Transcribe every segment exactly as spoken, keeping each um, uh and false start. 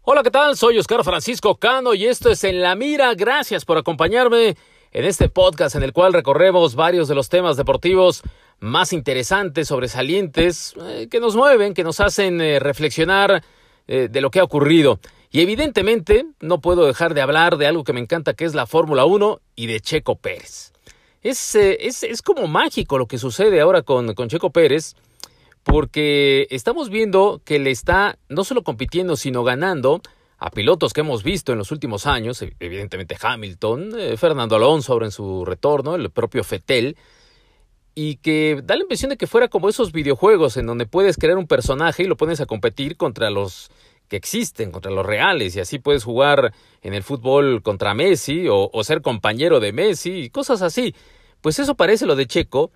Hola, ¿qué tal? Soy Oscar Francisco Cano y esto es En la Mira. Gracias por acompañarme en este podcast en el cual recorremos varios de los temas deportivos más interesantes, sobresalientes, eh, que nos mueven, que nos hacen eh, reflexionar eh, de lo que ha ocurrido. Y evidentemente no puedo dejar de hablar de algo que me encanta, que es la Fórmula uno y de Checo Pérez. Es, eh, es, es como mágico lo que sucede ahora con, con Checo Pérez, porque estamos viendo que le está no solo compitiendo, sino ganando a pilotos que hemos visto en los últimos años, evidentemente Hamilton, eh, Fernando Alonso ahora en su retorno, el propio Vettel, y que da la impresión de que fuera como esos videojuegos en donde puedes crear un personaje y lo pones a competir contra los que existen, contra los reales, y así puedes jugar en el fútbol contra Messi o, o ser compañero de Messi y cosas así. Pues eso parece lo de Checo,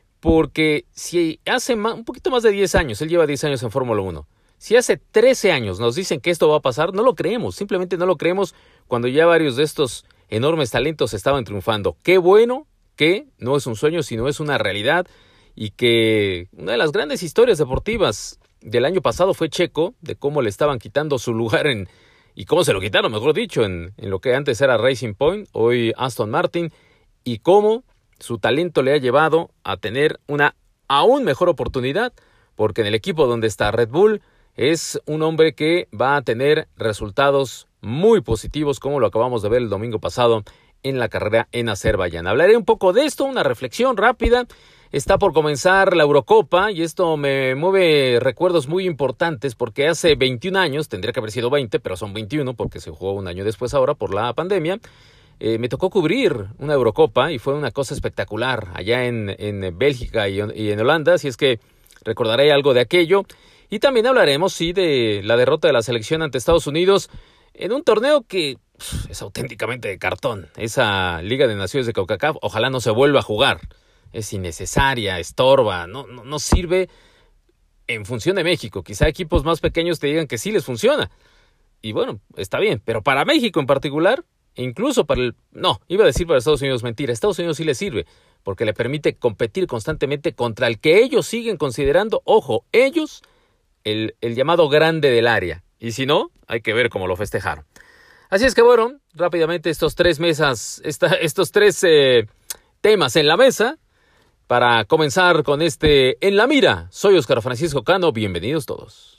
porque si hace más, un poquito más de diez años, él lleva diez años en Fórmula uno, si hace trece años nos dicen que esto va a pasar, no lo creemos, simplemente no lo creemos cuando ya varios de estos enormes talentos estaban triunfando. Qué bueno que no es un sueño, sino es una realidad, y que una de las grandes historias deportivas del año pasado fue Checo, de cómo le estaban quitando su lugar en, y cómo se lo quitaron, mejor dicho, en, en lo que antes era Racing Point, hoy Aston Martin, y cómo su talento le ha llevado a tener una aún mejor oportunidad, porque en el equipo donde está Red Bull es un hombre que va a tener resultados muy positivos, como lo acabamos de ver el domingo pasado en la carrera en Azerbaiyán. Hablaré un poco de esto, una reflexión rápida. Está por comenzar la Eurocopa y esto me mueve recuerdos muy importantes, porque hace veintiún años, tendría que haber sido veinte, pero son veintiuno porque se jugó un año después ahora por la pandemia. Eh, me tocó cubrir una Eurocopa y fue una cosa espectacular allá en, en Bélgica y, y en Holanda, así es que recordaré algo de aquello. Y también hablaremos, sí, de la derrota de la selección ante Estados Unidos en un torneo que pff, es auténticamente de cartón. Esa Liga de Naciones de CONCACAF, ojalá no se vuelva a jugar. Es innecesaria, estorba, no, no, no sirve en función de México. Quizá equipos más pequeños te digan que sí les funciona. Y bueno, está bien, pero para México en particular, incluso para el... No, iba a decir para Estados Unidos, mentira. Estados Unidos sí le sirve, porque le permite competir constantemente contra el que ellos siguen considerando, ojo, ellos, el, el llamado grande del área. Y si no, hay que ver cómo lo festejaron. Así es que bueno, rápidamente estos tres mesas, esta, estos tres eh, temas en la mesa, para comenzar con este En la Mira. Soy Oscar Francisco Cano, bienvenidos todos.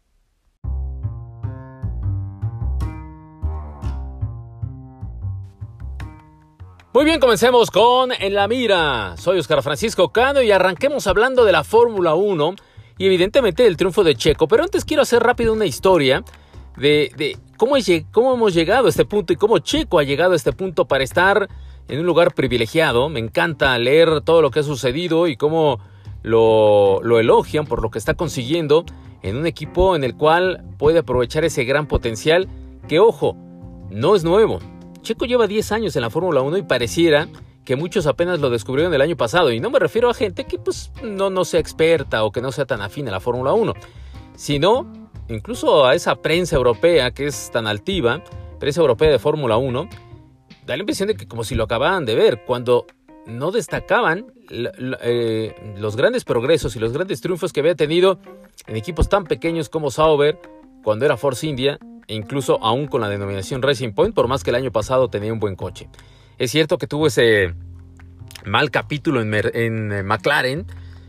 Muy bien, comencemos con En la Mira. Soy Oscar Francisco Cano y arranquemos hablando de la Fórmula uno y evidentemente del triunfo de Checo. Pero antes quiero hacer rápido una historia de, de cómo, es, cómo hemos llegado a este punto y cómo Checo ha llegado a este punto para estar en un lugar privilegiado. Me encanta leer todo lo que ha sucedido y cómo lo, lo elogian por lo que está consiguiendo en un equipo en el cual puede aprovechar ese gran potencial que, ojo, no es nuevo. Checo lleva diez años en la Fórmula uno y pareciera que muchos apenas lo descubrieron el año pasado. Y no me refiero a gente que pues no, no sea experta o que no sea tan afín a la Fórmula uno, sino incluso a esa prensa europea que es tan altiva, prensa europea de Fórmula uno, da la impresión de que como si lo acababan de ver, cuando no destacaban eh, los grandes progresos y los grandes triunfos que había tenido en equipos tan pequeños como Sauber, cuando era Force India, e incluso aún con la denominación Racing Point, por más que el año pasado tenía un buen coche. Es cierto que tuvo ese mal capítulo en, en, en McLaren,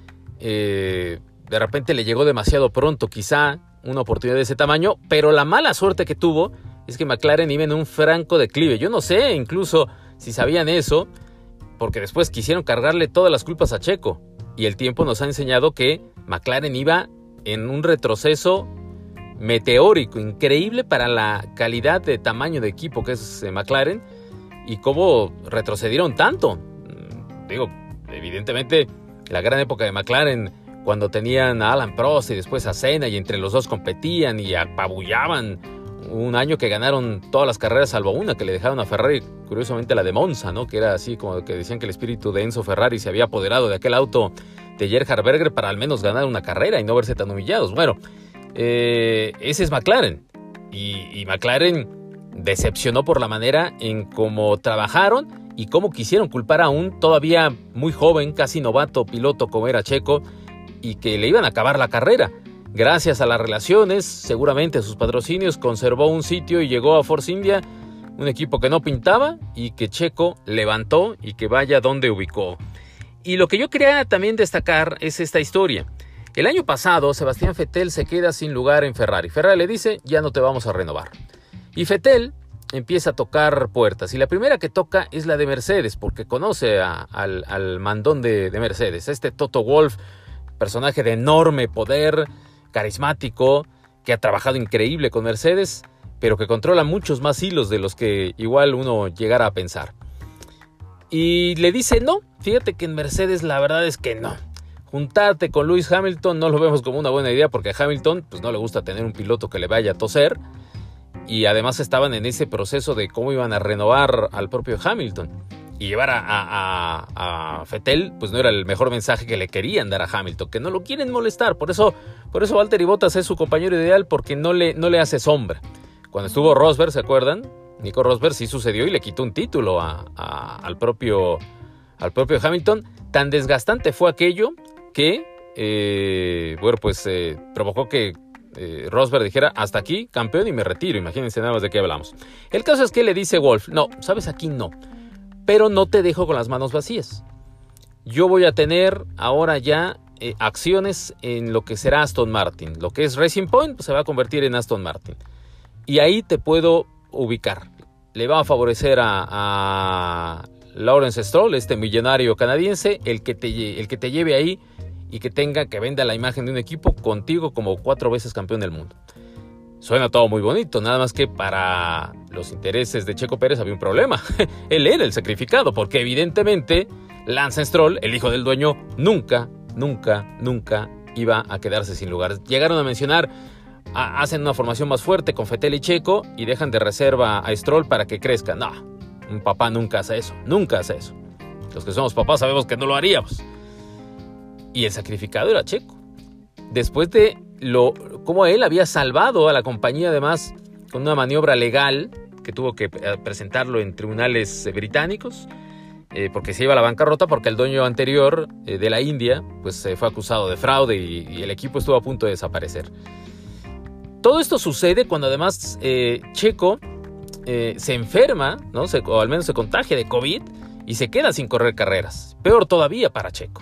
eh, de repente le llegó demasiado pronto quizá una oportunidad de ese tamaño, pero la mala suerte que tuvo es que McLaren iba en un franco declive. Yo no sé incluso si sabían eso, porque después quisieron cargarle todas las culpas a Checo, y el tiempo nos ha enseñado que McLaren iba en un retroceso meteórico, increíble para la calidad de tamaño de equipo que es McLaren, y cómo retrocedieron tanto. Digo, evidentemente la gran época de McLaren, cuando tenían a Alan Prost y después a Senna, y entre los dos competían y apabullaban, un año que ganaron todas las carreras salvo una, que le dejaron a Ferrari, curiosamente la de Monza, ¿no? Que era así como que decían que el espíritu de Enzo Ferrari se había apoderado de aquel auto de Gerhard Berger para al menos ganar una carrera y no verse tan humillados. Bueno, eh, ese es McLaren, y, y McLaren decepcionó por la manera en cómo trabajaron y cómo quisieron culpar a un todavía muy joven, casi novato piloto como era Checo, y que le iban a acabar la carrera. Gracias a las relaciones, seguramente a sus patrocinios, conservó un sitio y llegó a Force India, un equipo que no pintaba y que Checo levantó y que vaya donde ubicó. Y lo que yo quería también destacar es esta historia. El año pasado, Sebastián Vettel se queda sin lugar en Ferrari. Ferrari le dice, ya no te vamos a renovar. Y Vettel empieza a tocar puertas. Y la primera que toca es la de Mercedes, porque conoce a, al, al mandón de, de Mercedes. Este Toto Wolff, personaje de enorme poder, carismático, que ha trabajado increíble con Mercedes, pero que controla muchos más hilos de los que igual uno llegara a pensar. Y le dice, no, fíjate que en Mercedes la verdad es que no. Juntarte con Lewis Hamilton no lo vemos como una buena idea, porque a Hamilton pues, no le gusta tener un piloto que le vaya a toser. Y además estaban en ese proceso de cómo iban a renovar al propio Hamilton. Y llevar a, a, a, a Vettel, pues no era el mejor mensaje que le querían dar a Hamilton, que no lo quieren molestar. Por eso, por eso Valtteri Bottas es su compañero ideal, porque no le, no le hace sombra. Cuando estuvo Rosberg, ¿se acuerdan? Nico Rosberg sí sucedió y le quitó un título a, a, al, propio, al propio Hamilton. Tan desgastante fue aquello que, eh, bueno, pues eh, provocó que eh, Rosberg dijera, hasta aquí, campeón, y me retiro. Imagínense nada más de qué hablamos. El caso es que le dice Wolff, no, sabes, aquí no. Pero no te dejo con las manos vacías. Yo voy a tener ahora ya eh, acciones en lo que será Aston Martin. Lo que es Racing Point pues, se va a convertir en Aston Martin. Y ahí te puedo ubicar. Le va a favorecer a, a Lawrence Stroll, este millonario canadiense, el que, te, el que te lleve ahí y que tenga que venda la imagen de un equipo contigo como cuatro veces campeón del mundo. Suena todo muy bonito, nada más que para los intereses de Checo Pérez había un problema. Él era el sacrificado, porque evidentemente Lance Stroll, el hijo del dueño, nunca, nunca, nunca iba a quedarse sin lugar. Llegaron a mencionar, a, hacen una formación más fuerte con Vettel y Checo y dejan de reserva a Stroll para que crezca. No, un papá nunca hace eso, nunca hace eso. Los que somos papás sabemos que no lo haríamos. Y el sacrificado era Checo. Después de lo cómo él había salvado a la compañía, además con una maniobra legal que tuvo que presentarlo en tribunales británicos, eh, porque se iba a la bancarrota, porque el dueño anterior eh, de la India pues eh, fue acusado de fraude y, y el equipo estuvo a punto de desaparecer. Todo esto sucede cuando además eh, Checo eh, se enferma, ¿no? se, o al menos se contagia de COVID y se queda sin correr carreras. Peor todavía para Checo.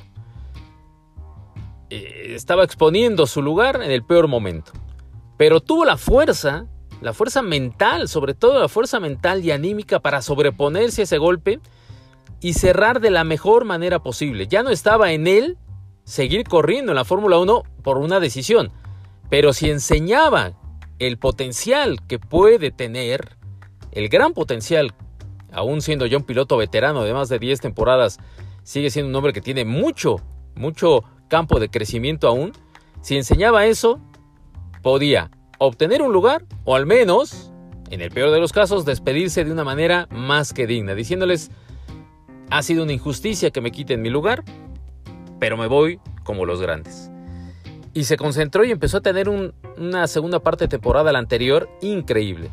Estaba exponiendo su lugar en el peor momento, pero tuvo la fuerza, la fuerza mental, sobre todo la fuerza mental y anímica para sobreponerse a ese golpe y cerrar de la mejor manera posible. Ya no estaba en él seguir corriendo en la Fórmula uno por una decisión, pero si enseñaba el potencial que puede tener, el gran potencial, aún siendo ya un piloto veterano de más de diez temporadas, sigue siendo un hombre que tiene mucho, mucho campo de crecimiento aún. Si enseñaba eso, podía obtener un lugar o al menos, en el peor de los casos, despedirse de una manera más que digna, diciéndoles, ha sido una injusticia que me quiten mi lugar, pero me voy como los grandes. Y se concentró y empezó a tener un, una segunda parte de temporada, la anterior, increíble,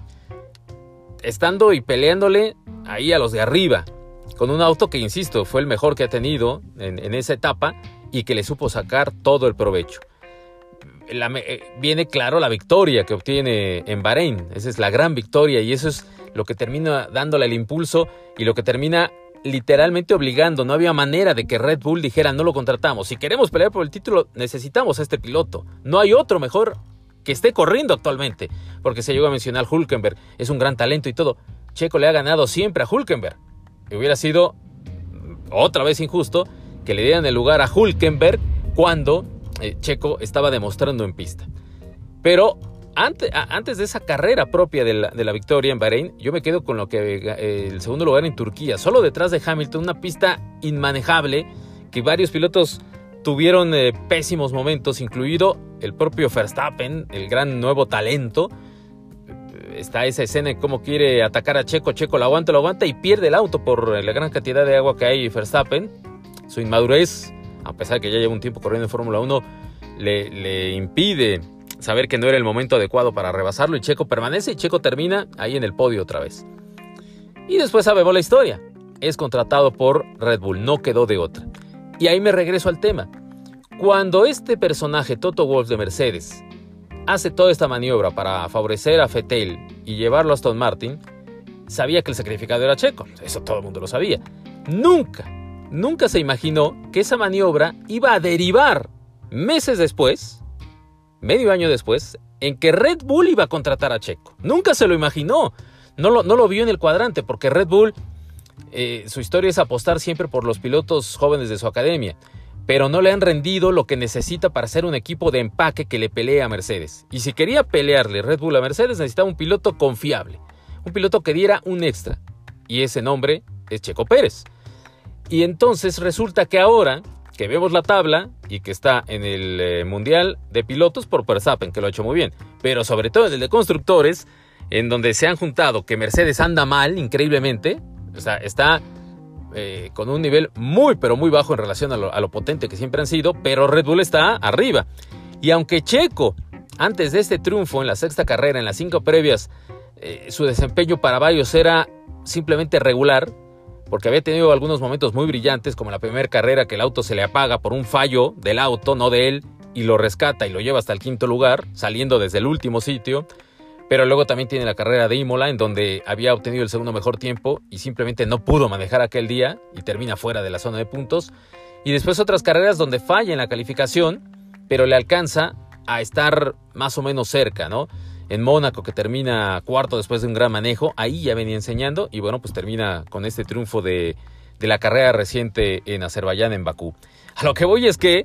estando y peleándole ahí a los de arriba, con un auto que, insisto, fue el mejor que ha tenido en, en esa etapa, y que le supo sacar todo el provecho. La, eh, viene claro la victoria que obtiene en Bahrein. Esa es la gran victoria y eso es lo que termina dándole el impulso y lo que termina literalmente obligando. No había manera de que Red Bull dijera, no lo contratamos. Si queremos pelear por el título, necesitamos a este piloto. No hay otro mejor que esté corriendo actualmente. Porque se llegó a mencionar Hülkenberg. Es un gran talento y todo. Checo le ha ganado siempre a Hülkenberg. Y hubiera sido otra vez injusto que le dieran el lugar a Hülkenberg cuando eh, Checo estaba demostrando en pista. Pero ante, a, antes de esa carrera propia de la, de la victoria en Bahrein, yo me quedo con lo que eh, el segundo lugar en Turquía, solo detrás de Hamilton, una pista inmanejable que varios pilotos tuvieron eh, pésimos momentos, incluido el propio Verstappen, el gran nuevo talento. Está esa escena de cómo quiere atacar a Checo, Checo lo aguanta, lo aguanta y pierde el auto por la gran cantidad de agua que hay en Verstappen. Su inmadurez, a pesar de que ya lleva un tiempo corriendo en Fórmula uno, le, le impide saber que no era el momento adecuado para rebasarlo y Checo permanece y Checo termina ahí en el podio otra vez. Y después sabemos la historia. Es contratado por Red Bull, no quedó de otra. Y ahí me regreso al tema. Cuando este personaje, Toto Wolff de Mercedes, hace toda esta maniobra para favorecer a Vettel y llevarlo a Aston Martin, sabía que el sacrificado era Checo. Eso todo el mundo lo sabía. Nunca, nunca se imaginó que esa maniobra iba a derivar meses después, medio año después, en que Red Bull iba a contratar a Checo. Nunca se lo imaginó. No lo, no lo vio en el cuadrante, porque Red Bull, eh, su historia es apostar siempre por los pilotos jóvenes de su academia, pero no le han rendido lo que necesita para ser un equipo de empaque que le pelee a Mercedes. Y si quería pelearle Red Bull a Mercedes, necesitaba un piloto confiable, un piloto que diera un extra, y ese nombre es Checo Pérez. Y entonces resulta que ahora que vemos la tabla y que está en el eh, Mundial de Pilotos por Verstappen, que lo ha hecho muy bien, pero sobre todo en el de Constructores, en donde se han juntado que Mercedes anda mal, increíblemente, o sea, está eh, con un nivel muy, pero muy bajo en relación a lo, a lo potente que siempre han sido, pero Red Bull está arriba. Y aunque Checo, antes de este triunfo en la sexta carrera, en las cinco previas, eh, su desempeño para varios era simplemente regular, porque había tenido algunos momentos muy brillantes, como la primera carrera que el auto se le apaga por un fallo del auto, no de él, y lo rescata y lo lleva hasta el quinto lugar, saliendo desde el último sitio. Pero luego también tiene la carrera de Imola, en donde había obtenido el segundo mejor tiempo y simplemente no pudo manejar aquel día y termina fuera de la zona de puntos. Y después otras carreras donde falla en la calificación, pero le alcanza a estar más o menos cerca, ¿no? En Mónaco, que termina cuarto después de un gran manejo, ahí ya venía enseñando y bueno, pues termina con este triunfo de, de la carrera reciente en Azerbaiyán, en Bakú. A lo que voy es que,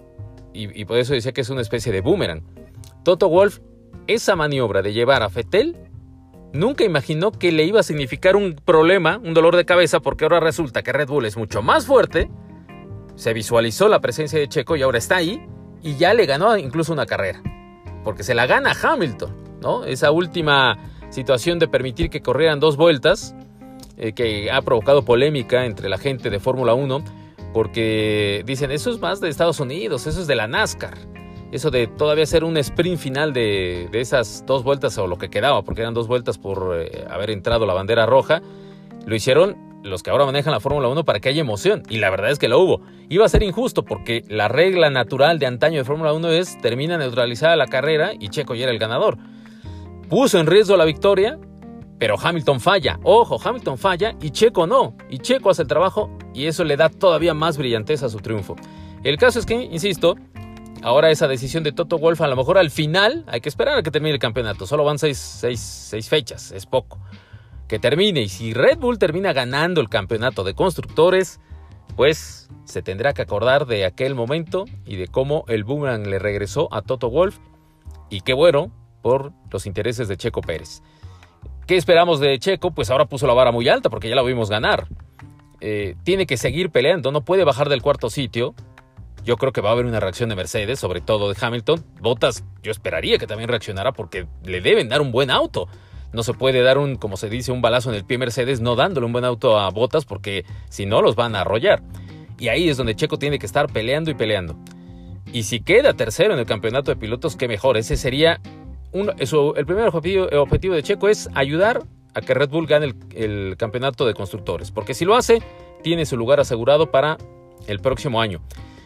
y, y por eso decía que es una especie de boomerang, Toto Wolff, esa maniobra de llevar a Vettel, nunca imaginó que le iba a significar un problema, un dolor de cabeza, porque ahora resulta que Red Bull es mucho más fuerte, se visualizó la presencia de Checo y ahora está ahí, y ya le ganó incluso una carrera, porque se la gana Hamilton, ¿no? Esa última situación de permitir que corrieran dos vueltas, eh, que ha provocado polémica entre la gente de Fórmula uno, porque dicen, eso es más de Estados Unidos, eso es de la NASCAR. Eso de todavía hacer un sprint final de, de esas dos vueltas o lo que quedaba, porque eran dos vueltas por eh, haber entrado la bandera roja, lo hicieron los que ahora manejan la Fórmula uno para que haya emoción, y la verdad es que lo hubo. Iba a ser injusto porque la regla natural de antaño de Fórmula uno es termina neutralizada la carrera y Checo ya era el ganador. Puso en riesgo la victoria, pero Hamilton falla. Ojo, Hamilton falla y Checo no. Y Checo hace el trabajo y eso le da todavía más brillanteza a su triunfo. El caso es que, insisto, ahora esa decisión de Toto Wolff, a lo mejor al final hay que esperar a que termine el campeonato. Solo van seis, seis, seis fechas, es poco. Que termine, y si Red Bull termina ganando el campeonato de constructores, pues se tendrá que acordar de aquel momento y de cómo el boomerang le regresó a Toto Wolff. Y qué bueno por los intereses de Checo Pérez. ¿Qué esperamos de Checo? Pues ahora puso la vara muy alta porque ya la vimos ganar. Eh, tiene que seguir peleando, no puede bajar del cuarto sitio. Yo creo que va a haber una reacción de Mercedes, sobre todo de Hamilton. Bottas, yo esperaría que también reaccionara porque le deben dar un buen auto. No se puede dar un, como se dice, un balazo en el pie Mercedes no dándole un buen auto a Bottas porque si no los van a arrollar. Y ahí es donde Checo tiene que estar peleando y peleando. Y si queda tercero en el campeonato de pilotos, qué mejor. Ese sería un, eso, el primer objetivo, el objetivo de Checo es ayudar a que Red Bull gane el, el campeonato de constructores. Porque si lo hace, tiene su lugar asegurado para el próximo año.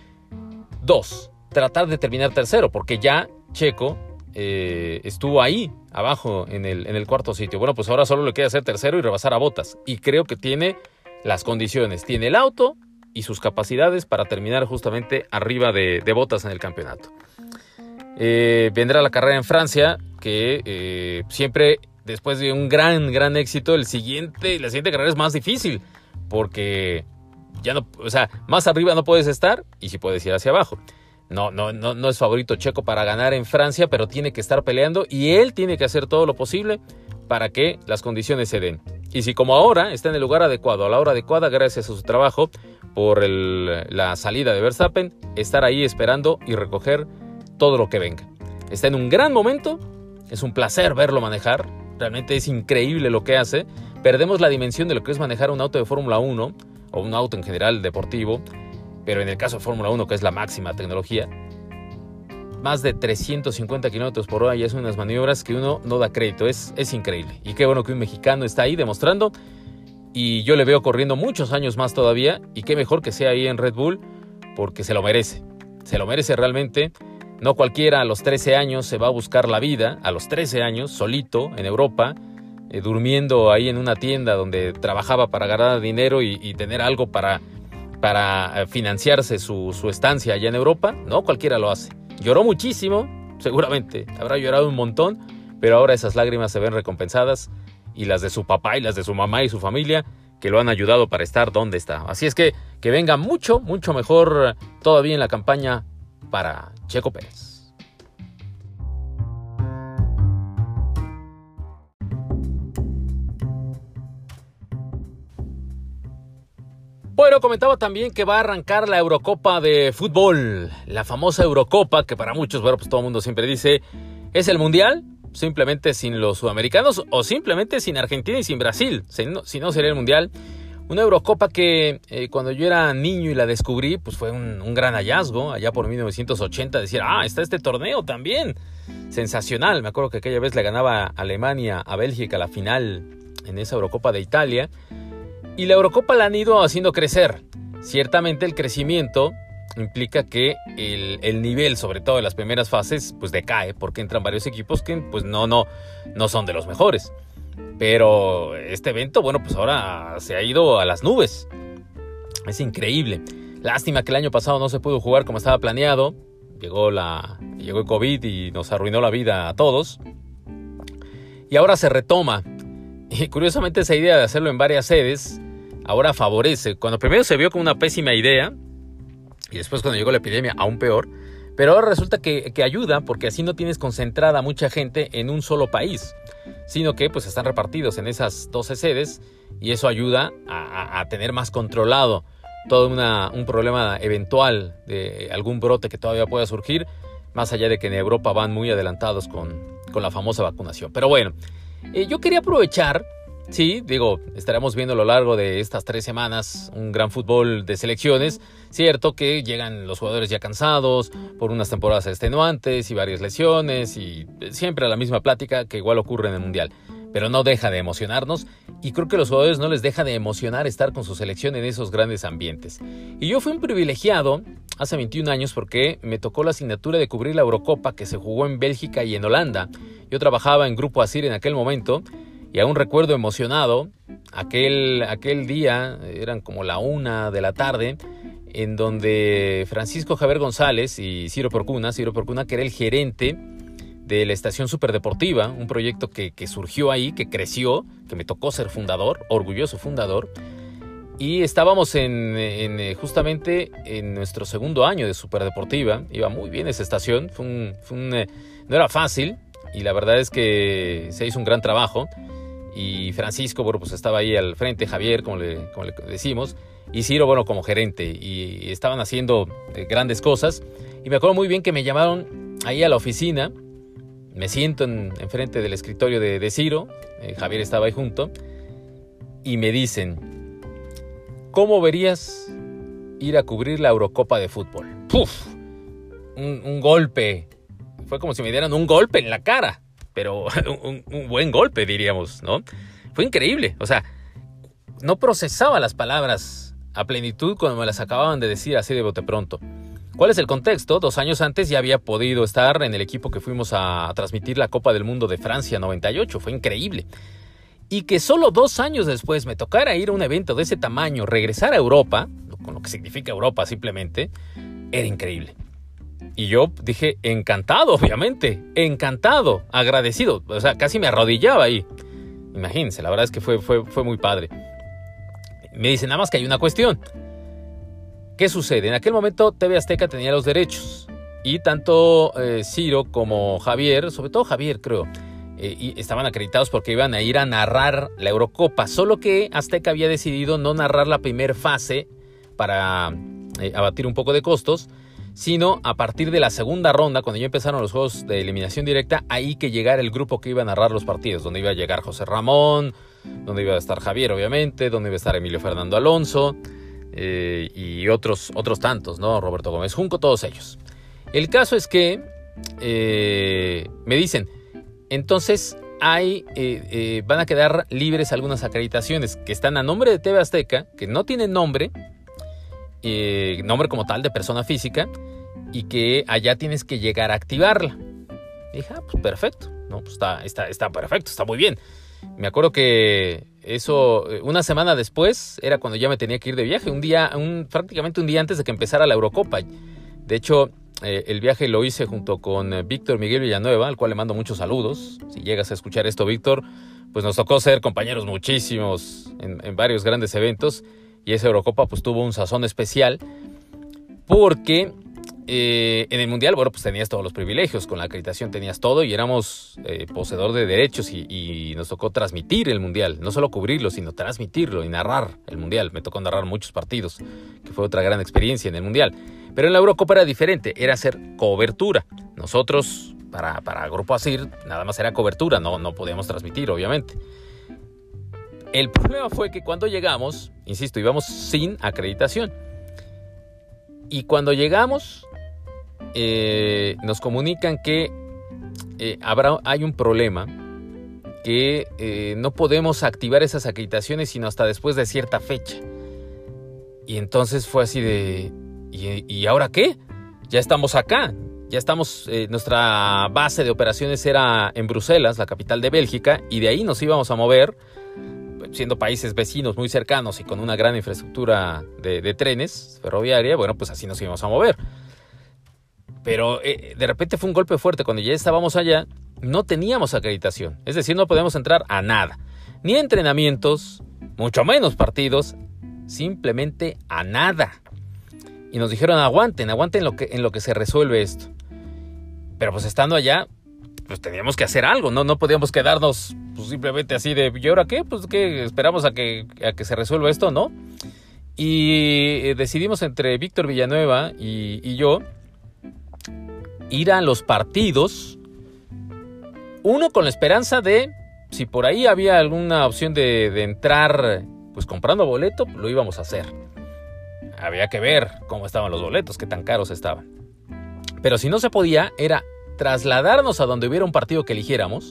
Dos, tratar de terminar tercero, porque ya Checo eh, estuvo ahí, abajo, en el, en el cuarto sitio. Bueno, pues ahora solo le queda ser tercero y rebasar a Bottas. Y creo que tiene las condiciones, tiene el auto y sus capacidades para terminar justamente arriba de, de Bottas en el campeonato. Eh, vendrá la carrera en Francia, que eh, siempre, después de un gran, gran éxito, el siguiente, la siguiente carrera es más difícil, porque ya no, o sea, más arriba no puedes estar y sí puedes ir hacia abajo. No, no, no, no es favorito Checo para ganar en Francia, pero tiene que estar peleando y él tiene que hacer todo lo posible para que las condiciones se den. Y si como ahora está en el lugar adecuado, a la hora adecuada, gracias a su trabajo por el, la salida de Verstappen, estar ahí esperando y recoger todo lo que venga. Está en un gran momento, es un placer verlo manejar, realmente es increíble lo que hace. Perdemos la dimensión de lo que es manejar un auto de Fórmula uno, o un auto en general deportivo, pero en el caso de Fórmula uno, que es la máxima tecnología, más de trescientos cincuenta kilómetros por hora y es unas maniobras que uno no da crédito, es, es increíble. Y qué bueno que un mexicano está ahí demostrando, y yo le veo corriendo muchos años más todavía, y qué mejor que sea ahí en Red Bull, porque se lo merece, se lo merece realmente. No cualquiera a los trece años se va a buscar la vida, a los trece años, solito, en Europa, eh, durmiendo ahí en una tienda donde trabajaba para ganar dinero y, y tener algo para, para financiarse su, su estancia allá en Europa. No cualquiera lo hace. Lloró muchísimo, seguramente, habrá llorado un montón, pero ahora esas lágrimas se ven recompensadas, y las de su papá y las de su mamá y su familia, que lo han ayudado para estar donde está. Así es que que venga mucho, mucho mejor todavía en la campaña para Checo Pérez. Bueno, comentaba también que va a arrancar la Eurocopa de fútbol, la famosa Eurocopa, que para muchos, bueno, pues todo el mundo siempre dice, ¿es el Mundial? Simplemente sin los sudamericanos o simplemente sin Argentina y sin Brasil, si no, si no sería el Mundial. Una Eurocopa que eh, cuando yo era niño y la descubrí, pues fue un, un gran hallazgo. Allá por mil novecientos ochenta decir, ah, está este torneo también. Sensacional. Me acuerdo que aquella vez le ganaba Alemania a Bélgica la final en esa Eurocopa de Italia. Y la Eurocopa la han ido haciendo crecer. Ciertamente el crecimiento implica que el, el nivel, sobre todo en las primeras fases, pues decae, porque entran varios equipos que pues no, no, no son de los mejores. Pero este evento, bueno, pues ahora se ha ido a las nubes. Es increíble. Lástima que el año pasado no se pudo jugar como estaba planeado. Llegó, la, llegó el COVID y nos arruinó la vida a todos. Y ahora se retoma. Y curiosamente esa idea de hacerlo en varias sedes ahora favorece. Cuando primero se vio como una pésima idea, y después cuando llegó la epidemia aún peor, pero ahora resulta que, que ayuda, porque así no tienes concentrada mucha gente en un solo país, sino que pues están repartidos en esas doce sedes, y eso ayuda a, a, a tener más controlado todo una, un problema eventual de algún brote que todavía pueda surgir, más allá de que en Europa van muy adelantados con, con la famosa vacunación. Pero bueno, eh, yo quería aprovechar. Sí, digo, estaremos viendo a lo largo de estas tres semanas un gran fútbol de selecciones. Cierto que llegan los jugadores ya cansados por unas temporadas extenuantes y varias lesiones y siempre la misma plática que igual ocurre en el Mundial. Pero no deja de emocionarnos, y creo que a los jugadores no les deja de emocionar estar con su selección en esos grandes ambientes. Y yo fui un privilegiado hace veintiún años porque me tocó la asignatura de cubrir la Eurocopa que se jugó en Bélgica y en Holanda. Yo trabajaba en Grupo Asir en aquel momento. Y aún recuerdo emocionado aquel, aquel día, eran como la una de la tarde, en donde Francisco Javier González y Ciro Porcuna, Ciro Porcuna, que era el gerente de la Estación Superdeportiva, un proyecto que, que surgió ahí, que creció, que me tocó ser fundador, orgulloso fundador, y estábamos en, en justamente en nuestro segundo año de Superdeportiva. Iba muy bien esa estación, fue un, fue un, no era fácil, y la verdad es que se hizo un gran trabajo. Y Francisco, bueno, pues estaba ahí al frente, Javier, como le, como le decimos, y Ciro, bueno, como gerente, y estaban haciendo eh, grandes cosas. Y me acuerdo muy bien que me llamaron ahí a la oficina. Me siento en, enfrente del escritorio de, de Ciro, eh, Javier estaba ahí junto, y me dicen, ¿cómo verías ir a cubrir la Eurocopa de fútbol? ¡Puf! Un, un golpe, fue como si me dieran un golpe en la cara. Pero un, un buen golpe, diríamos, ¿no? Fue increíble. O sea, no procesaba las palabras a plenitud cuando me las acababan de decir así de bote pronto. ¿Cuál es el contexto? Dos años antes ya había podido estar en el equipo que fuimos a, a transmitir la Copa del Mundo de Francia noventa y ocho. Fue increíble. Y que solo dos años después me tocara ir a un evento de ese tamaño, regresar a Europa, con lo que significa Europa simplemente, era increíble. Y yo dije, encantado, obviamente, encantado, agradecido. O sea, casi me arrodillaba ahí. Imagínense, la verdad es que fue, fue, fue muy padre. Me dicen, nada más que hay una cuestión. ¿Qué sucede? En aquel momento T V Azteca tenía los derechos. Y tanto eh, Ciro como Javier, sobre todo Javier creo, eh, y estaban acreditados porque iban a ir a narrar la Eurocopa. Solo que Azteca había decidido no narrar la primera fase para eh, abatir un poco de costos, sino a partir de la segunda ronda, cuando ya empezaron los juegos de eliminación directa, ahí que llegara el grupo que iba a narrar los partidos, donde iba a llegar José Ramón, donde iba a estar Javier, obviamente, donde iba a estar Emilio Fernando Alonso, eh, y otros, otros tantos, ¿no? Roberto Gómez Junco, todos ellos. El caso es que eh, me dicen, entonces hay, eh, eh, van a quedar libres algunas acreditaciones que están a nombre de T V Azteca, que no tienen nombre, Eh, nombre como tal de persona física, y que allá tienes que llegar a activarla. Y dije, ah, pues perfecto, ¿no? Pues está, está, está perfecto, está muy bien. Me acuerdo que eso, una semana después, era cuando ya me tenía que ir de viaje, un día, un, prácticamente un día antes de que empezara la Eurocopa. De hecho, eh, el viaje lo hice junto con Víctor Miguel Villanueva, al cual le mando muchos saludos. Si llegas a escuchar esto, Víctor, pues nos tocó ser compañeros muchísimos en, en varios grandes eventos, y esa Eurocopa pues tuvo un sazón especial, porque eh, en el Mundial, bueno, pues tenías todos los privilegios, con la acreditación tenías todo y éramos eh, poseedor de derechos y, y nos tocó transmitir el Mundial, no solo cubrirlo, sino transmitirlo y narrar el Mundial. Me tocó narrar muchos partidos, que fue otra gran experiencia en el Mundial. Pero en la Eurocopa era diferente, era hacer cobertura. Nosotros, para, para Grupo Asir, nada más era cobertura, no, no podíamos transmitir, obviamente. El problema fue que cuando llegamos, insisto, íbamos sin acreditación. Y cuando llegamos, eh, nos comunican que eh, habrá, hay un problema, que eh, no podemos activar esas acreditaciones sino hasta después de cierta fecha. Y entonces fue así de, ¿y, y ahora qué? Ya estamos acá, ya estamos, eh, nuestra base de operaciones era en Bruselas, la capital de Bélgica, y de ahí nos íbamos a mover, siendo países vecinos muy cercanos y con una gran infraestructura de, de trenes ferroviaria. Bueno, pues así nos íbamos a mover. Pero eh, de repente fue un golpe fuerte. Cuando ya estábamos allá, no teníamos acreditación. Es decir, no podíamos entrar a nada. Ni a entrenamientos, mucho menos partidos, simplemente a nada. Y nos dijeron, aguanten, aguanten lo que, en lo que se resuelve esto. Pero pues estando allá, pues teníamos que hacer algo, ¿no? No podíamos quedarnos pues, simplemente así de, ¿y ahora qué? Pues que esperamos a que, a que se resuelva esto, ¿no? Y decidimos entre Víctor Villanueva y, y yo ir a los partidos, uno con la esperanza de, si por ahí había alguna opción de, de entrar, pues comprando boleto, lo íbamos a hacer. Había que ver cómo estaban los boletos, qué tan caros estaban. Pero si no se podía, era trasladarnos a donde hubiera un partido que eligiéramos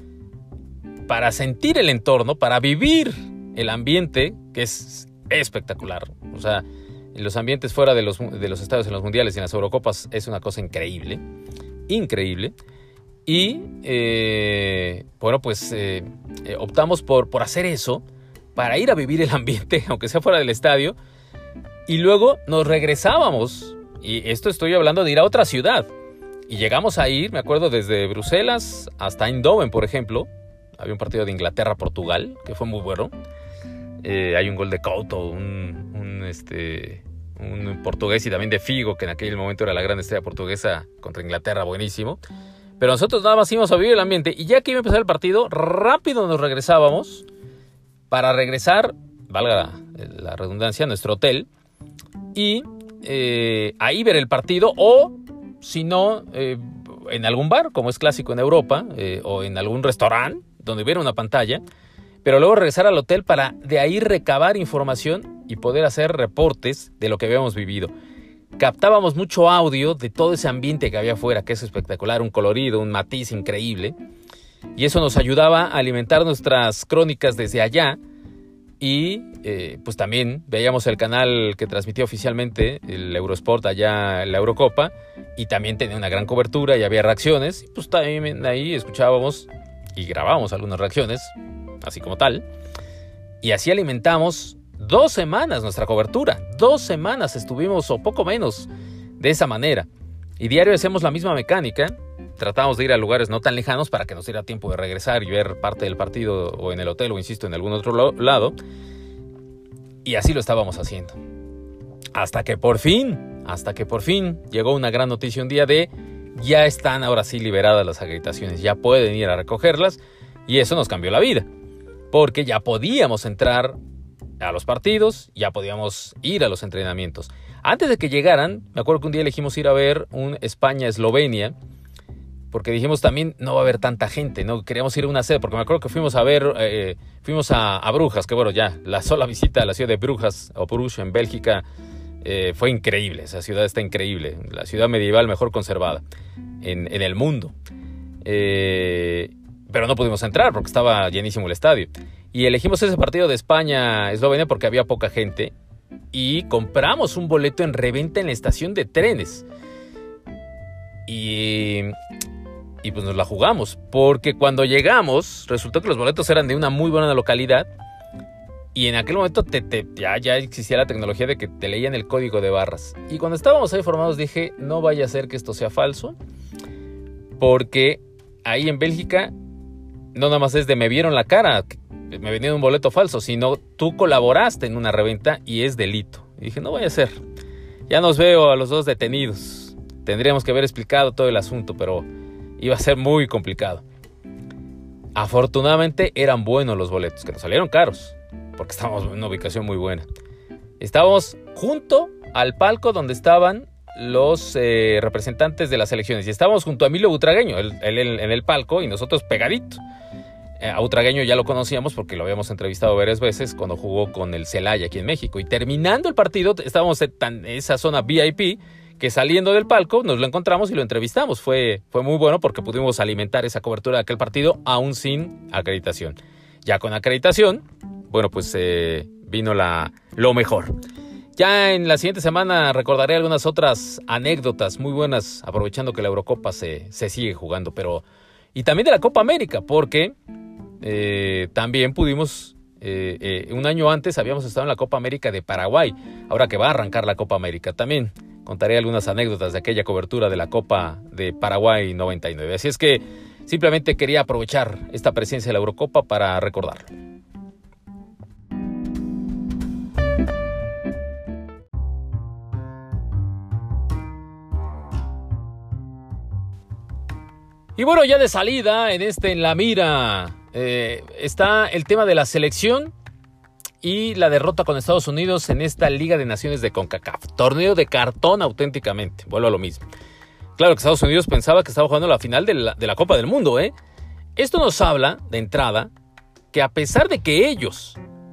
para sentir el entorno, para vivir el ambiente, que es espectacular. O sea, los ambientes fuera de los, de los estadios en los mundiales y en las Eurocopas es una cosa increíble, increíble. Y, eh, bueno, pues eh, eh, optamos por, por hacer eso, para ir a vivir el ambiente, aunque sea fuera del estadio, y luego nos regresábamos, y esto estoy hablando de ir a otra ciudad. Y llegamos a ir, me acuerdo, desde Bruselas hasta Eindhoven, por ejemplo. Había un partido de Inglaterra-Portugal, que fue muy bueno. Eh, hay un gol de Couto, un, un, este, un portugués, y también de Figo, que en aquel momento era la gran estrella portuguesa contra Inglaterra, buenísimo. Pero nosotros nada más íbamos a vivir el ambiente. Y ya que iba a empezar el partido, rápido nos regresábamos para regresar, valga la, la redundancia, a nuestro hotel. Y eh, ahí ver el partido, o si no, eh, en algún bar, como es clásico en Europa, eh, o en algún restaurante donde hubiera una pantalla, pero luego regresar al hotel para de ahí recabar información y poder hacer reportes de lo que habíamos vivido. Captábamos mucho audio de todo ese ambiente que había afuera, que es espectacular, un colorido, un matiz increíble, y eso nos ayudaba a alimentar nuestras crónicas desde allá. Y eh, pues también veíamos el canal que transmitía oficialmente el Eurosport allá en la Eurocopa, y también tenía una gran cobertura y había reacciones, y pues también ahí escuchábamos y grabábamos algunas reacciones, así como tal, y así alimentamos dos semanas nuestra cobertura. Dos semanas estuvimos, o poco menos, de esa manera, y diario hacemos la misma mecánica. Tratábamos de ir a lugares no tan lejanos para que nos diera tiempo de regresar y ver parte del partido, o en el hotel, o insisto, en algún otro lo- lado. Y así lo estábamos haciendo. Hasta que por fin, hasta que por fin llegó una gran noticia un día de, ya están ahora sí liberadas las acreditaciones, ya pueden ir a recogerlas, y eso nos cambió la vida. Porque ya podíamos entrar a los partidos, ya podíamos ir a los entrenamientos. Antes de que llegaran, me acuerdo que un día elegimos ir a ver un España-Eslovenia, porque dijimos también no va a haber tanta gente, ¿no? Queríamos ir a una sede, porque me acuerdo que fuimos a ver, eh, fuimos a, a Brujas, que bueno, ya, la sola visita a la ciudad de Brujas, o Bruges, en Bélgica, eh, fue increíble. Esa ciudad está increíble, la ciudad medieval mejor conservada en, en el mundo. Eh, pero no pudimos entrar porque estaba llenísimo el estadio. Y elegimos ese partido de España-Eslovenia porque había poca gente, y compramos un boleto en reventa en la estación de trenes. y, y pues nos la jugamos, porque cuando llegamos resultó que los boletos eran de una muy buena localidad y en aquel momento te, te, ya, ya existía la tecnología de que te leían el código de barras. Y cuando estábamos ahí formados dije, no vaya a ser que esto sea falso, porque ahí en Bélgica no nada más es de me vieron la cara, me vendieron un boleto falso, sino tú colaboraste en una reventa y es delito. Y dije, no vaya a ser. Ya nos veo a los dos detenidos. Tendríamos que haber explicado todo el asunto, pero iba a ser muy complicado. Afortunadamente eran buenos los boletos, que nos salieron caros, porque estábamos en una ubicación muy buena. Estábamos junto al palco donde estaban los eh, representantes de las selecciones. Y estábamos junto a Emilio Butragueño, él, él, él en el palco y nosotros pegaditos. Eh, a Butragueño ya lo conocíamos porque lo habíamos entrevistado varias veces cuando jugó con el Celaya aquí en México. Y terminando el partido, estábamos en tan, esa zona V I P que saliendo del palco nos lo encontramos y lo entrevistamos. Fue, fue muy bueno porque pudimos alimentar esa cobertura de aquel partido aún sin acreditación. Ya con acreditación, bueno, pues eh, vino la, lo mejor. Ya en la siguiente semana recordaré algunas otras anécdotas muy buenas, aprovechando que la Eurocopa se, se sigue jugando. Pero y también de la Copa América, porque eh, también pudimos, eh, eh, un año antes habíamos estado en la Copa América de Paraguay, ahora que va a arrancar la Copa América. También contaré algunas anécdotas de aquella cobertura de la Copa de Paraguay noventa y nueve. Así es que simplemente quería aprovechar esta presencia de la Eurocopa para recordarlo. Y bueno, ya de salida en este En la Mira eh, está el tema de la selección y la derrota con Estados Unidos en esta Liga de Naciones de CONCACAF. Torneo de cartón auténticamente, vuelvo a lo mismo. Claro que Estados Unidos pensaba que estaba jugando la final de la, de la Copa del Mundo, ¿eh? Esto nos habla, de entrada, que a pesar de que ellos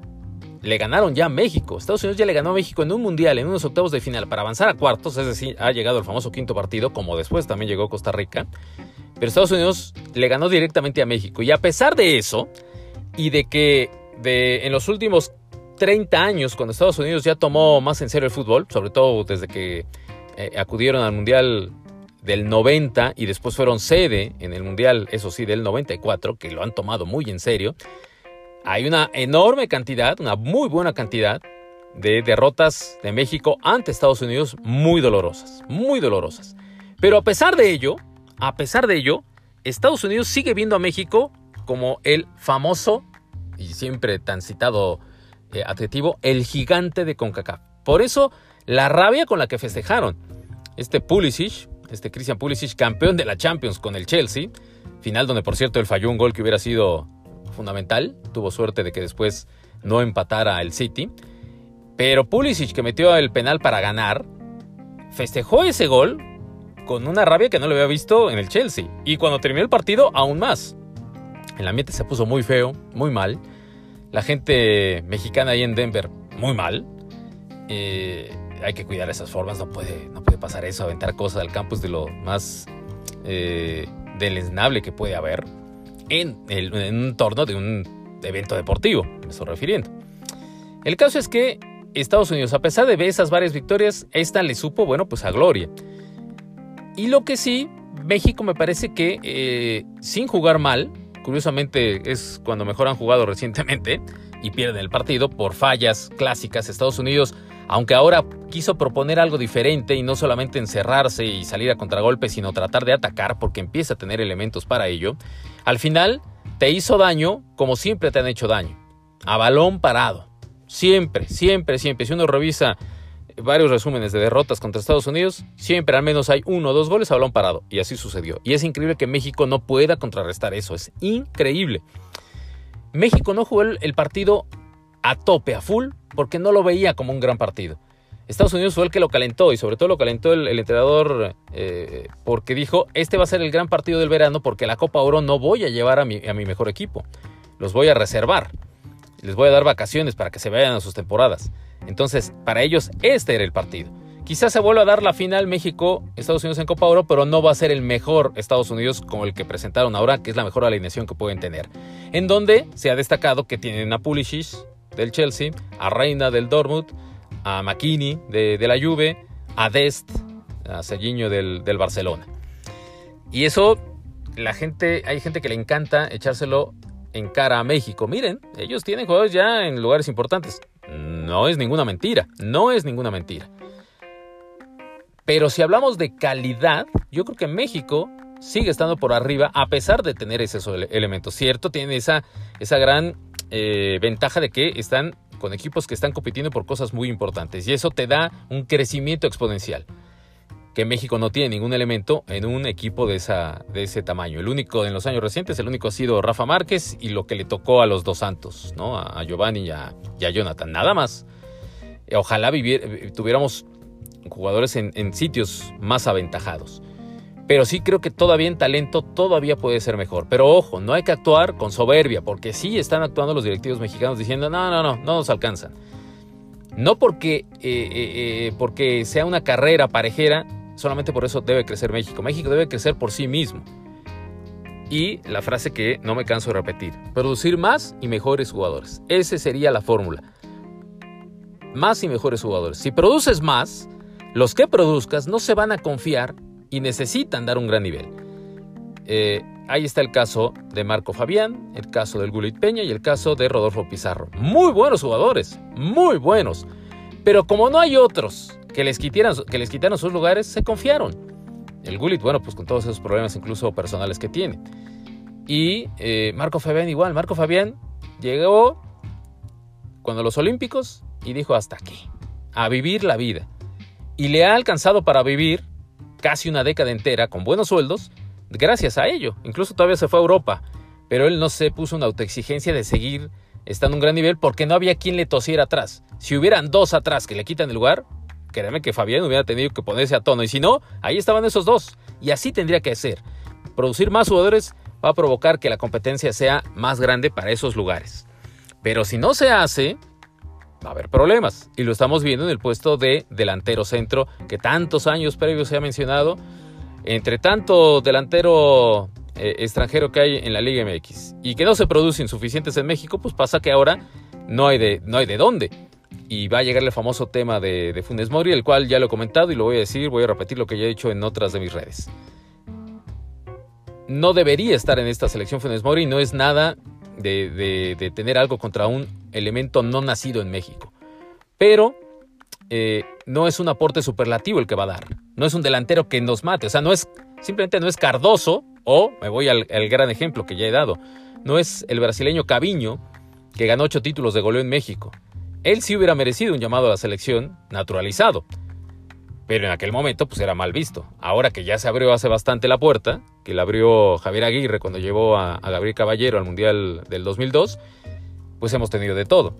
le ganaron ya a México, Estados Unidos ya le ganó a México en un mundial, en unos octavos de final, para avanzar a cuartos, es decir, ha llegado el famoso quinto partido, como después también llegó Costa Rica. Pero Estados Unidos le ganó directamente a México. Y a pesar de eso, y de que de, en los últimos treinta años, cuando Estados Unidos ya tomó más en serio el fútbol, sobre todo desde que eh, acudieron al Mundial del noventa y después fueron sede en el Mundial, eso sí, del noventa y cuatro, que lo han tomado muy en serio, hay una enorme cantidad, una muy buena cantidad de derrotas de México ante Estados Unidos muy dolorosas, muy dolorosas. Pero a pesar de ello, A pesar de ello, Estados Unidos sigue viendo a México como el famoso, y siempre tan citado eh, adjetivo, el gigante de CONCACAF. Por eso, la rabia con la que festejaron. Este Pulisic, este Christian Pulisic, campeón de la Champions con el Chelsea, final donde, por cierto, él falló un gol que hubiera sido fundamental. Tuvo suerte de que después no empatara el City. Pero Pulisic, que metió el penal para ganar, festejó ese gol con una rabia que no lo había visto en el Chelsea. Y cuando terminó el partido, aún más. El ambiente se puso muy feo, muy mal. La gente mexicana ahí en Denver, muy mal. Eh, hay que cuidar esas formas, no puede, no puede pasar eso, aventar cosas al campus de lo más eh, deleznable que puede haber en, el, en un entorno de un evento deportivo, me estoy refiriendo. El caso es que Estados Unidos, a pesar de esas varias victorias, esta le supo, bueno, pues a gloria. Y lo que sí, México me parece que eh, sin jugar mal, curiosamente es cuando mejor han jugado recientemente y pierden el partido por fallas clásicas. Estados Unidos, aunque ahora quiso proponer algo diferente y no solamente encerrarse y salir a contragolpe, sino tratar de atacar porque empieza a tener elementos para ello, al final te hizo daño como siempre te han hecho daño, a balón parado. Siempre, siempre, siempre. Si uno revisa varios resúmenes de derrotas contra Estados Unidos, siempre al menos hay uno o dos goles a balón parado, y así sucedió. Y es increíble que México no pueda contrarrestar eso, es increíble. México no jugó el, el partido a tope, a full, porque no lo veía como un gran partido. Estados Unidos fue el que lo calentó, y sobre todo lo calentó el, el entrenador eh, porque dijo, este va a ser el gran partido del verano, porque la Copa Oro no voy a llevar a mi, a mi mejor equipo, los voy a reservar, les voy a dar vacaciones para que se vayan a sus temporadas. Entonces, para ellos, este era el partido. Quizás se vuelva a dar la final México-Estados Unidos en Copa Oro, pero no va a ser el mejor Estados Unidos como el que presentaron ahora, que es la mejor alineación que pueden tener. En donde se ha destacado que tienen a Pulisic del Chelsea, a Reina del Dortmund, a McKennie de, de la Juve, a Dest, a Serginho del, del Barcelona. Y eso, la gente, hay gente que le encanta echárselo en cara a México. Miren, ellos tienen jugadores ya en lugares importantes. No es ninguna mentira, no es ninguna mentira. Pero si hablamos de calidad, yo creo que México sigue estando por arriba a pesar de tener esos elementos. Cierto, tiene esa, esa gran eh, ventaja de que están con equipos que están compitiendo por cosas muy importantes. Y eso te da un crecimiento exponencial que México no tiene ningún elemento en un equipo de, esa, de ese tamaño. El único en los años recientes, el único ha sido Rafa Márquez y lo que le tocó a los dos Santos, ¿no? A, a Giovanni y a, y a Jonathan, nada más. Ojalá vivier, tuviéramos jugadores en, en sitios más aventajados. Pero sí creo que todavía en talento todavía puede ser mejor. Pero ojo, no hay que actuar con soberbia, porque sí están actuando los directivos mexicanos diciendo no, no, no, no nos alcanzan. No porque, eh, eh, porque sea una carrera parejera, solamente por eso debe crecer México. México debe crecer por sí mismo. Y la frase que no me canso de repetir, producir más y mejores jugadores. Esa sería la fórmula. Más y mejores jugadores. Si produces más, los que produzcas no se van a confiar y necesitan dar un gran nivel. Eh, ahí está el caso de Marco Fabián, el caso del Gulit Peña y el caso de Rodolfo Pizarro. Muy buenos jugadores, muy buenos. Pero como no hay otros que les quitaran, que les quitaron sus lugares, se confiaron. El Gulit, bueno, pues con todos esos problemas incluso personales que tiene. Y eh, Marco Fabián igual. Marco Fabián llegó cuando los Olímpicos y dijo hasta aquí, a vivir la vida. Y le ha alcanzado para vivir casi una década entera con buenos sueldos gracias a ello. Incluso todavía se fue a Europa, pero él no se puso una autoexigencia de seguir estando a un gran nivel porque no había quien le tosiera atrás. Si hubieran dos atrás que le quitan el lugar, créanme que Fabián hubiera tenido que ponerse a tono. Y si no, ahí estaban esos dos. Y así tendría que ser. Producir más jugadores va a provocar que la competencia sea más grande para esos lugares. Pero si no se hace, va a haber problemas. Y lo estamos viendo en el puesto de delantero centro, que tantos años previos se ha mencionado. Entre tanto delantero eh, extranjero que hay en la Liga M X y que no se producen suficientes en México, pues pasa que ahora no hay de, no hay de dónde. Y va a llegar el famoso tema de, de Funes Mori, el cual ya lo he comentado y lo voy a decir, voy a repetir lo que ya he dicho en otras de mis redes. No debería estar en esta selección Funes Mori, no es nada de, de, de tener algo contra un elemento no nacido en México. Pero eh, no es un aporte superlativo el que va a dar. No es un delantero que nos mate. O sea, no es, simplemente no es Cardoso, o me voy al, al gran ejemplo que ya he dado. No es el brasileño Caviño, que ganó ocho títulos de goleo en México. Él sí hubiera merecido un llamado a la selección naturalizado. Pero en aquel momento pues era mal visto. Ahora que ya se abrió hace bastante la puerta, que la abrió Javier Aguirre cuando llevó a, a Gabriel Caballero al Mundial del dos mil dos, pues hemos tenido de todo.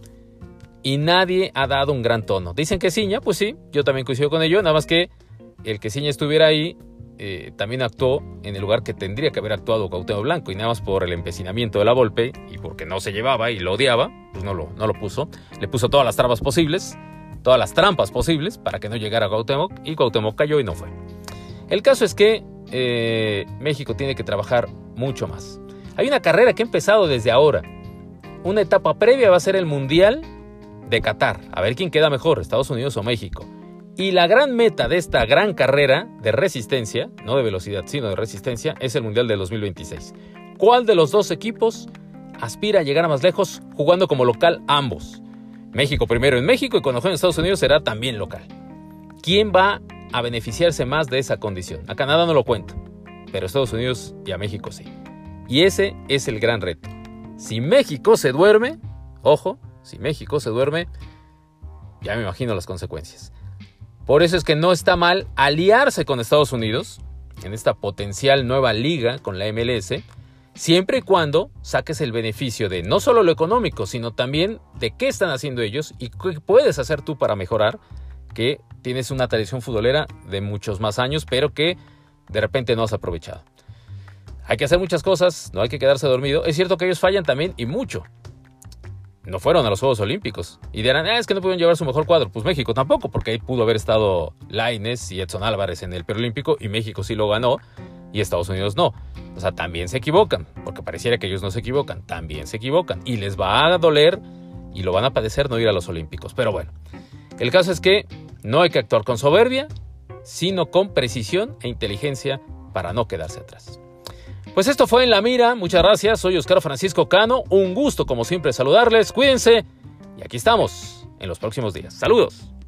Y nadie ha dado un gran tono. Dicen que Ciña, pues sí, yo también coincido con ello, nada más que el que Ciña estuviera ahí eh, también actuó en el lugar que tendría que haber actuado Cuauhtémoc Blanco, y nada más por el empecinamiento de la Volpe y porque no se llevaba y lo odiaba, pues no lo, no lo puso. Le puso todas las trabas posibles, todas las trampas posibles para que no llegara Cuauhtémoc, y Cuauhtémoc cayó y no fue. El caso es que eh, México tiene que trabajar mucho más. Hay una carrera que ha empezado desde ahora. Una etapa previa va a ser el Mundial de Qatar, a ver quién queda mejor, Estados Unidos o México. Y la gran meta de esta gran carrera de resistencia, no de velocidad, sino de resistencia, es el Mundial del dos mil veintiséis. ¿Cuál de los dos equipos aspira a llegar a más lejos jugando como local ambos? México primero en México, y cuando juegue en Estados Unidos será también local. ¿Quién va a beneficiarse más de esa condición? A Canadá no lo cuento, pero a Estados Unidos y a México sí. Y ese es el gran reto. Si México se duerme, ojo, si México se duerme, ya me imagino las consecuencias. Por eso es que no está mal aliarse con Estados Unidos en esta potencial nueva liga con la M L S, siempre y cuando saques el beneficio de no solo lo económico, sino también de qué están haciendo ellos y qué puedes hacer tú para mejorar, que tienes una tradición futbolera de muchos más años, pero que de repente no has aprovechado. Hay que hacer muchas cosas, no hay que quedarse dormido. Es cierto que ellos fallan también, y mucho. No fueron a los Juegos Olímpicos. Y dirán, ah, es que no pudieron llevar su mejor cuadro. Pues México tampoco, porque ahí pudo haber estado Lainez y Edson Álvarez en el preolímpico, y México sí lo ganó, y Estados Unidos no. O sea, también se equivocan, porque pareciera que ellos no se equivocan. También se equivocan, y les va a doler, y lo van a padecer no ir a los Olímpicos. Pero bueno, el caso es que no hay que actuar con soberbia, sino con precisión e inteligencia para no quedarse atrás. Pues esto fue En la Mira. Muchas gracias. Soy Oscar Francisco Cano. Un gusto, como siempre, saludarles. Cuídense. Y aquí estamos en los próximos días. Saludos.